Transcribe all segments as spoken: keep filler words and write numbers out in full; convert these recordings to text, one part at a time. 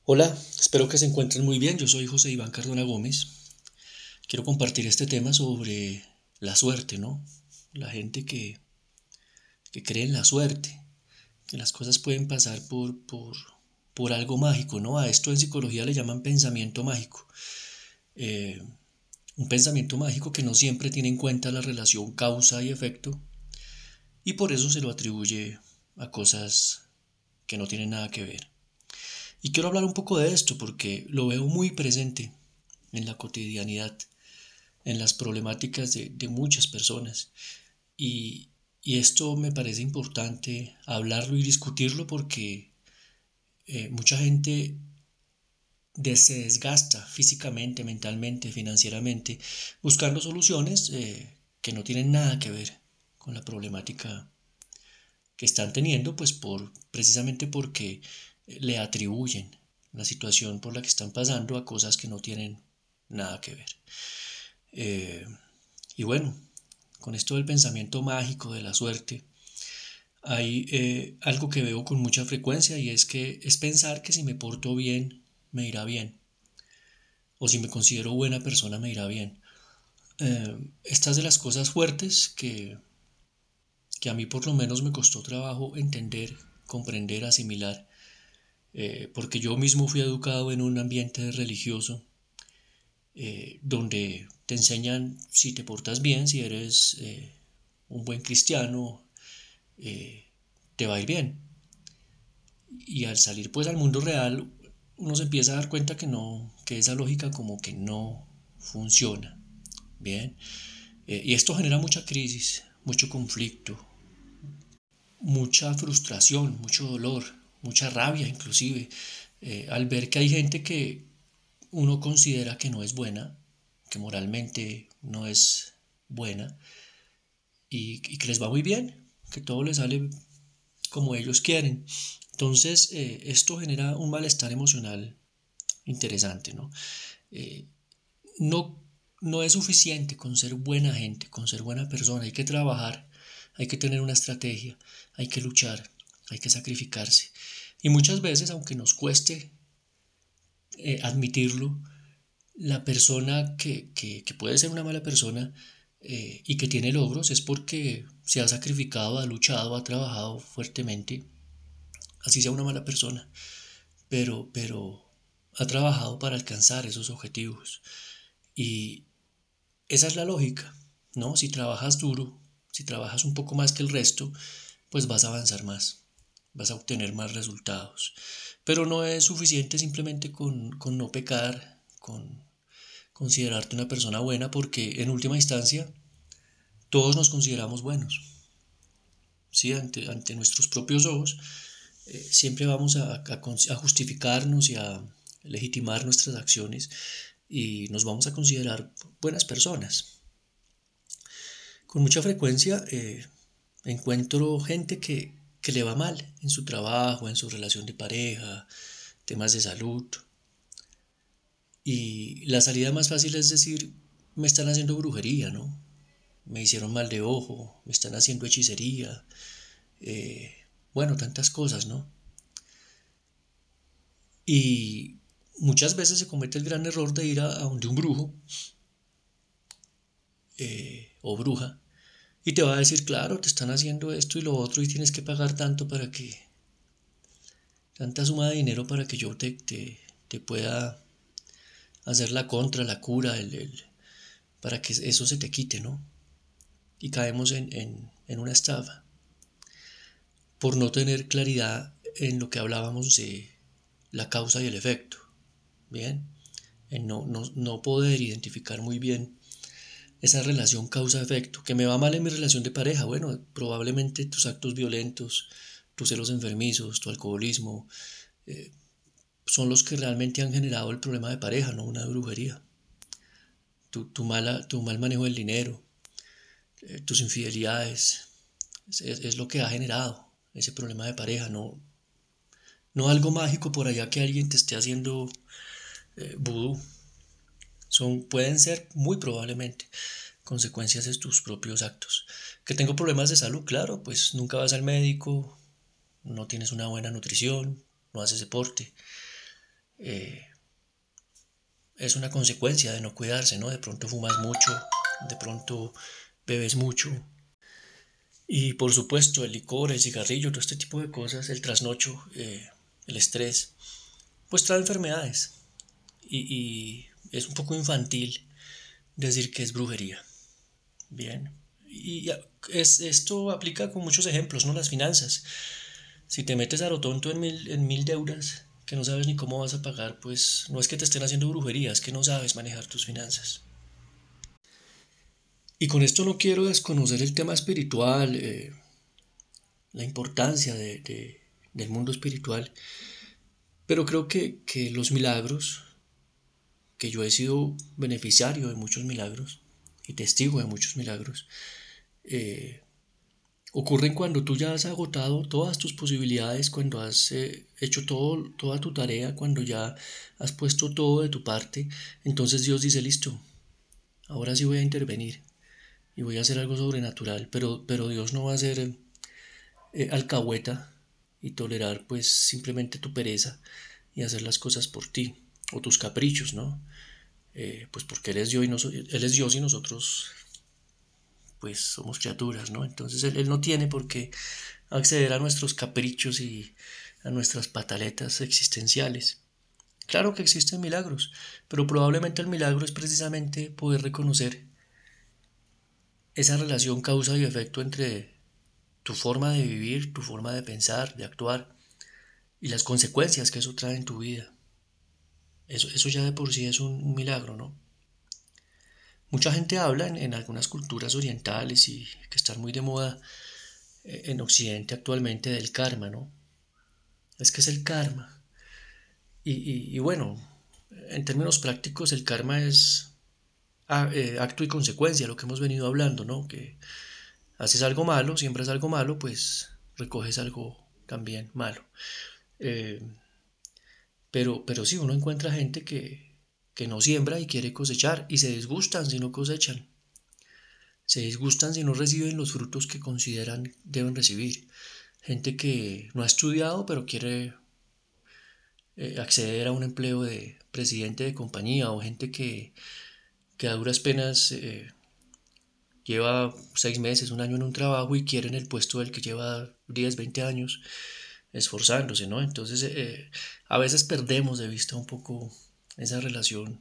Hola, espero que se encuentren muy bien. Yo soy José Iván Cardona Gómez. Quiero compartir este tema sobre la suerte, ¿no? La gente que, que cree en la suerte, que las cosas pueden pasar por, por, por algo mágico, ¿no? A esto en psicología le llaman pensamiento mágico. Eh, un pensamiento mágico que no siempre tiene en cuenta la relación causa y efecto y por eso se lo atribuye a cosas que no tienen nada que ver. Y quiero hablar un poco de esto porque lo veo muy presente en la cotidianidad, en las problemáticas de, de muchas personas. Y, y, esto me parece importante hablarlo y discutirlo porque eh, mucha gente de, se desgasta físicamente, mentalmente, financieramente, buscando soluciones eh, que no tienen nada que ver con la problemática que están teniendo, pues por precisamente porque le atribuyen la situación por la que están pasando a cosas que no tienen nada que ver. Eh, y bueno, con esto del pensamiento mágico de la suerte, hay eh, algo que veo con mucha frecuencia y es que es pensar que si me porto bien, me irá bien, o si me considero buena persona, me irá bien. Eh, estas de las cosas fuertes que, que a mí por lo menos me costó trabajo entender, comprender, asimilar, eh, porque yo mismo fui educado en un ambiente religioso eh, donde te enseñan si te portas bien, si eres eh, un buen cristiano, eh, te va a ir bien. Y al salir pues al mundo real, uno se empieza a dar cuenta que no, que esa lógica como que no funciona. Bien. Eh, y esto genera mucha crisis, mucho conflicto, mucha frustración, mucho dolor, mucha rabia inclusive, eh, al ver que hay gente que uno considera que no es buena, que moralmente no es buena y, y que les va muy bien, que todo les sale como ellos quieren. Entonces, eh, esto genera un malestar emocional interesante, ¿no? Eh, no, no es suficiente con ser buena gente, con ser buena persona, hay que trabajar, hay que tener una estrategia, hay que luchar, hay que sacrificarse. Y muchas veces, aunque nos cueste eh, admitirlo, la persona que, que, que, puede ser una mala persona eh, y que tiene logros es porque se ha sacrificado, ha luchado, ha trabajado fuertemente, así sea una mala persona, pero, pero ha trabajado para alcanzar esos objetivos. Y esa es la lógica, ¿no? Si trabajas duro, si trabajas un poco más que el resto, pues vas a avanzar más, vas a obtener más resultados. Pero no es suficiente simplemente con, con no pecar, con considerarte una persona buena, porque en última instancia todos nos consideramos buenos. ¿Sí? Ante, ante nuestros propios ojos, eh, siempre vamos a, a, a justificarnos y a legitimar nuestras acciones y nos vamos a considerar buenas personas. Con mucha frecuencia eh, encuentro gente que, que le va mal en su trabajo, en su relación de pareja, temas de salud. Y la salida más fácil es decir, me están haciendo brujería, ¿no? Me hicieron mal de ojo, me están haciendo hechicería, eh, bueno, tantas cosas, ¿no? Y muchas veces se comete el gran error de ir a, a donde un brujo eh, o bruja y te va a decir, claro, te están haciendo esto y lo otro y tienes que pagar tanto para que, tanta suma de dinero para que yo te, te, te pueda hacer la contra, la cura, el, el, para que eso se te quite, ¿no? Y caemos en, en, en una estafa por no tener claridad en lo que hablábamos de la causa y el efecto, ¿bien? En no, no, no poder identificar muy bien esa relación causa-efecto, que me va mal en mi relación de pareja, bueno, probablemente tus actos violentos, tus celos enfermizos, tu alcoholismo, eh, son los que realmente han generado el problema de pareja, no una brujería. Tu, tu, mala, tu mal manejo del dinero, eh, tus infidelidades, es, es, es, lo que ha generado ese problema de pareja, no, no algo mágico por allá que alguien te esté haciendo eh, vudú. Son, pueden ser muy probablemente consecuencias de tus propios actos. Que tengo problemas de salud, claro, pues nunca vas al médico, no tienes una buena nutrición, no haces deporte, eh, es una consecuencia de no cuidarse, ¿no? De pronto fumas mucho, de pronto bebes mucho. Y por supuesto el licor, el cigarrillo, todo este tipo de cosas, el trasnocho, eh, el estrés, pues trae enfermedades. Y, y es un poco infantil decir que es brujería. Bien. Y es, esto aplica con muchos ejemplos, ¿no? Las finanzas. Si te metes a lo tonto en mil, en mil deudas que no sabes ni cómo vas a pagar, pues no es que te estén haciendo brujería, es que no sabes manejar tus finanzas. Y con esto no quiero desconocer el tema espiritual, eh, la importancia de, de, del mundo espiritual, pero creo que, que los milagros, que yo he sido beneficiario de muchos milagros y testigo de muchos milagros, eh, ocurren cuando tú ya has agotado todas tus posibilidades, cuando has eh, hecho todo, toda tu tarea, cuando ya has puesto todo de tu parte. Entonces Dios dice, listo, ahora sí voy a intervenir y voy a hacer algo sobrenatural, pero, pero Dios no va a ser eh, alcahueta y tolerar pues simplemente tu pereza y hacer las cosas por ti o tus caprichos, ¿no? Eh, pues porque Él es Dios y, no, él es Dios y nosotros pues somos criaturas, ¿no? Entonces él, él no tiene por qué acceder a nuestros caprichos y a nuestras pataletas existenciales. Claro que existen milagros, pero probablemente el milagro es precisamente poder reconocer esa relación causa y efecto entre tu forma de vivir, tu forma de pensar, de actuar y las consecuencias que eso trae en tu vida. Eso, eso ya de por sí es un, un milagro, ¿no? Mucha gente habla en, en algunas culturas orientales y que están muy de moda eh, en Occidente actualmente del karma, ¿no? Es que es el karma. Y, y, y bueno, en términos prácticos el karma es a- eh, acto y consecuencia, lo que hemos venido hablando, ¿no? Que haces algo malo, siembras algo malo, pues recoges algo también malo. Eh, pero, pero sí, uno encuentra gente que, que no siembra y quiere cosechar y se disgustan si no cosechan. Se disgustan si no reciben los frutos que consideran deben recibir. Gente que no ha estudiado pero quiere eh, acceder a un empleo de presidente de compañía o gente que, que a duras penas eh, lleva seis meses, un año en un trabajo y quiere en el puesto del que lleva diez, veinte años esforzándose, ¿no? Entonces eh, a veces perdemos de vista un poco esa relación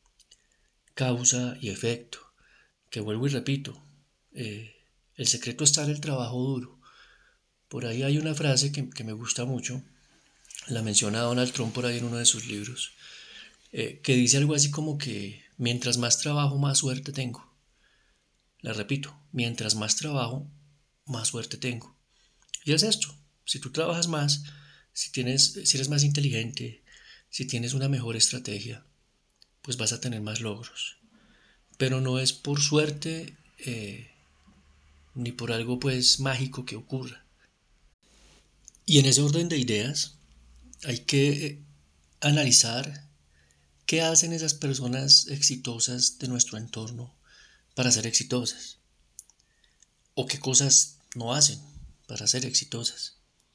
causa y efecto, que vuelvo y repito, eh, el secreto está en el trabajo duro. Por ahí hay una frase que, que me gusta mucho, la menciona Donald Trump por ahí en uno de sus libros, eh, que dice algo así como que mientras más trabajo, más suerte tengo. La repito, mientras más trabajo, más suerte tengo. Y es esto, si tú trabajas más, si tienes, si eres más inteligente, si tienes una mejor estrategia, pues vas a tener más logros. Pero no es por suerte eh, ni por algo pues mágico que ocurra. Y en ese orden de ideas hay que eh, analizar qué hacen esas personas exitosas de nuestro entorno para ser exitosas o qué cosas no hacen para ser exitosas.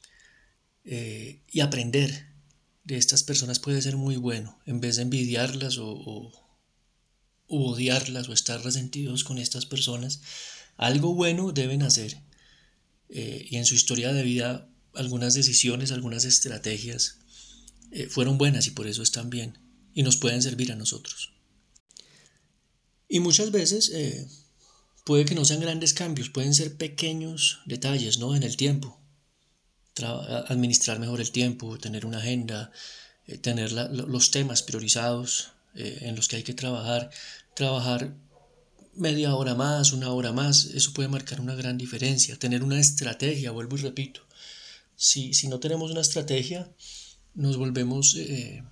Eh, y aprender de estas personas puede ser muy bueno, en vez de envidiarlas o, o u odiarlas o estar resentidos con estas personas, algo bueno deben hacer. Eh, y en su historia de vida algunas decisiones, algunas estrategias eh, fueron buenas y por eso están bien y nos pueden servir a nosotros. Y muchas veces eh, puede que no sean grandes cambios, pueden ser pequeños detalles, ¿no? En el tiempo. Tra- administrar mejor el tiempo, tener una agenda, eh, tener la- los temas priorizados eh, en los que hay que trabajar, trabajar media hora más, una hora más, eso puede marcar una gran diferencia. Tener una estrategia, vuelvo y repito. Si, si no tenemos una estrategia, nos volvemos eh,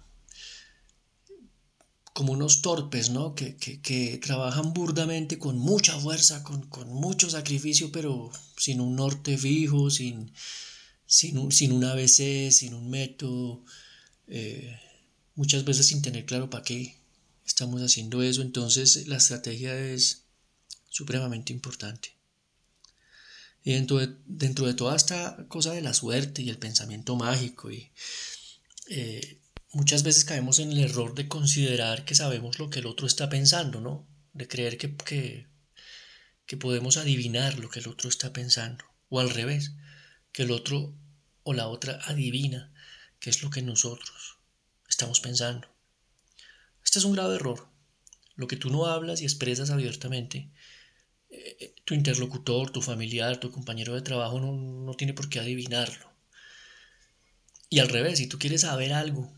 como unos torpes, ¿no? Que, que, que trabajan burdamente con mucha fuerza, con, con mucho sacrificio, pero sin un norte fijo, sin, sin, un, sin un A B C, sin un método, eh, muchas veces sin tener claro para qué estamos haciendo eso. Entonces la estrategia es supremamente importante. Y dentro de, dentro de toda esta cosa de la suerte y el pensamiento mágico y eh, muchas veces caemos en el error de considerar que sabemos lo que el otro está pensando, ¿no? De creer que, que, que podemos adivinar lo que el otro está pensando. O al revés, que el otro o la otra adivina qué es lo que nosotros estamos pensando. Este es un grave error. Lo que tú no hablas y expresas abiertamente, eh, tu interlocutor, tu familiar, tu compañero de trabajo no, no tiene por qué adivinarlo. Y al revés, si tú quieres saber algo,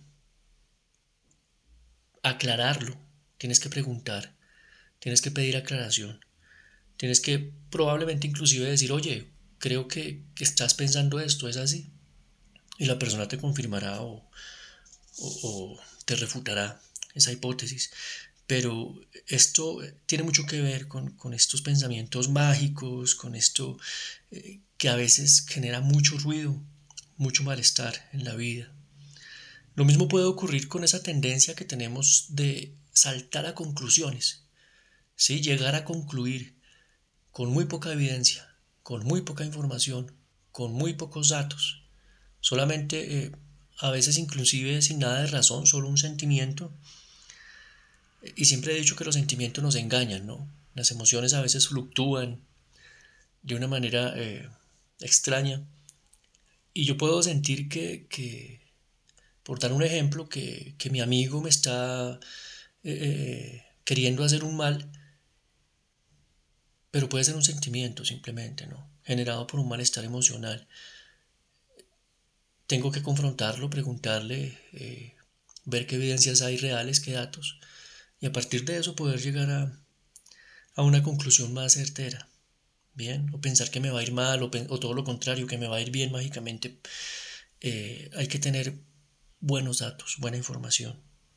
aclararlo, tienes que preguntar, tienes que pedir aclaración, tienes que probablemente inclusive decir, oye, creo que, que estás pensando esto, ¿es así? Y la persona te confirmará o, o, o te refutará esa hipótesis. Pero esto tiene mucho que ver con, con estos pensamientos mágicos, con esto eh, que a veces genera mucho ruido, mucho malestar en la vida. Lo mismo puede ocurrir con esa tendencia que tenemos de saltar a conclusiones, ¿sí? Llegar a concluir con muy poca evidencia, con muy poca información, con muy pocos datos, solamente eh, a veces inclusive sin nada de razón, solo un sentimiento. Y siempre he dicho que los sentimientos nos engañan, ¿no? Las emociones a veces fluctúan de una manera eh, extraña. Y yo puedo sentir que, que, por dar un ejemplo, que, que mi amigo me está eh, eh, queriendo hacer un mal, pero puede ser un sentimiento simplemente, ¿no? Generado por un malestar emocional. Tengo que confrontarlo, preguntarle, eh, ver qué evidencias hay reales, qué datos, y a partir de eso poder llegar a, a una conclusión más certera. Bien, o pensar que me va a ir mal, o, o todo lo contrario, que me va a ir bien mágicamente. Eh, hay que tener buenos datos, buena información.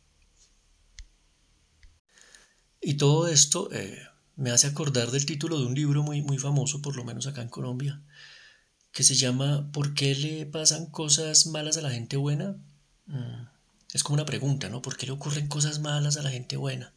Y todo esto eh, me hace acordar del título de un libro muy, muy famoso, por lo menos acá en Colombia, que se llama ¿Por qué le pasan cosas malas a la gente buena? Mm, es como una pregunta, ¿no? ¿Por qué le ocurren cosas malas a la gente buena?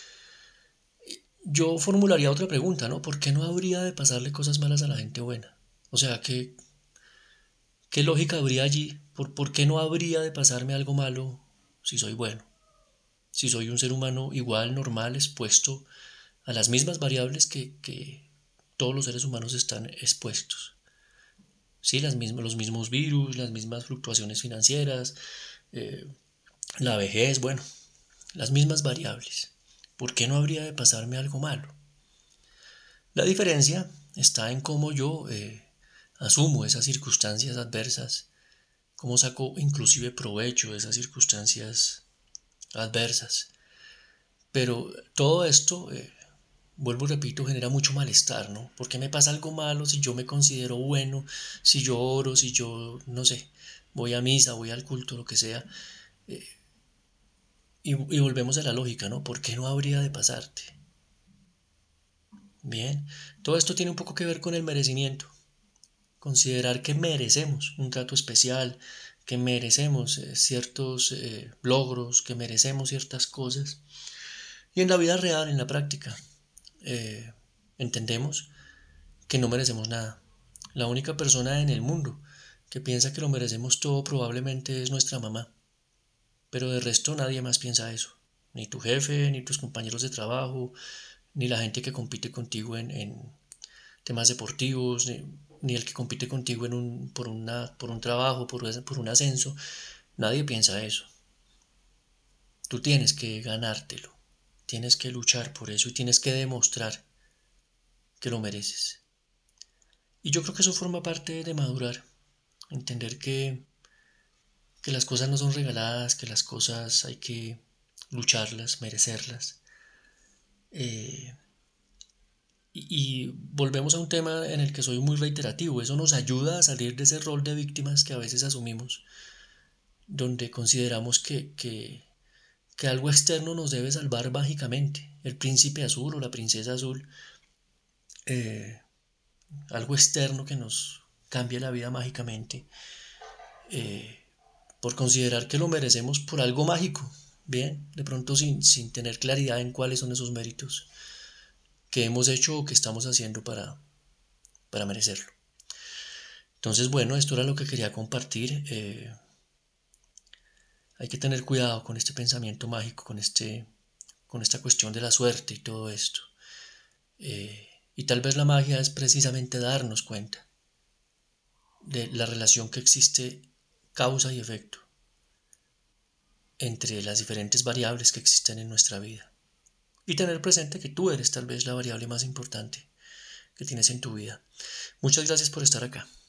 Yo formularía otra pregunta, ¿no? ¿Por qué no habría de pasarle cosas malas a la gente buena? O sea, ¿qué, qué lógica habría allí? ¿Por, ¿Por qué no habría de pasarme algo malo si soy bueno? Si soy un ser humano igual, normal, expuesto a las mismas variables que, que todos los seres humanos están expuestos. Sí, las mismas, los mismos virus, las mismas fluctuaciones financieras, eh, la vejez, bueno, las mismas variables. ¿Por qué no habría de pasarme algo malo? La diferencia está en cómo yo eh, asumo esas circunstancias adversas, cómo saco inclusive provecho de esas circunstancias adversas. Pero todo esto, eh, vuelvo y repito, genera mucho malestar, ¿no? ¿Por qué me pasa algo malo si yo me considero bueno, si yo oro, si yo, no sé, voy a misa, voy al culto, lo que sea? Eh, y, y volvemos a la lógica, ¿no? ¿Por qué no habría de pasarte? Bien, todo esto tiene un poco que ver con el merecimiento. Considerar que merecemos un trato especial, que merecemos eh, ciertos eh, logros, que merecemos ciertas cosas. Y en la vida real, en la práctica, eh, entendemos que no merecemos nada. La única persona en el mundo que piensa que lo merecemos todo probablemente es nuestra mamá. Pero de resto nadie más piensa eso. Ni tu jefe, ni tus compañeros de trabajo, ni la gente que compite contigo en, en temas deportivos, ni, ni el que compite contigo en un, por, una, por un trabajo, por, por un ascenso. Nadie piensa eso. Tú tienes que ganártelo. Tienes que luchar por eso y tienes que demostrar que lo mereces. Y yo creo que eso forma parte de madurar, entender que, que las cosas no son regaladas, que las cosas hay que lucharlas, merecerlas. Eh, y, y volvemos a un tema en el que soy muy reiterativo, eso nos ayuda a salir de ese rol de víctimas que a veces asumimos, donde consideramos que, que, que algo externo nos debe salvar mágicamente, el príncipe azul o la princesa azul, eh, algo externo que nos cambie la vida mágicamente, eh, por considerar que lo merecemos por algo mágico, bien, de pronto sin, sin tener claridad en cuáles son esos méritos que hemos hecho o que estamos haciendo para, para merecerlo. Entonces, bueno, esto era lo que quería compartir. Eh, Hay que tener cuidado con este pensamiento mágico, con, este, con esta cuestión de la suerte y todo esto. Eh, y tal vez la magia es precisamente darnos cuenta de la relación que existe causa y efecto entre las diferentes variables que existen en nuestra vida. Y tener presente que tú eres tal vez la variable más importante que tienes en tu vida. Muchas gracias por estar acá.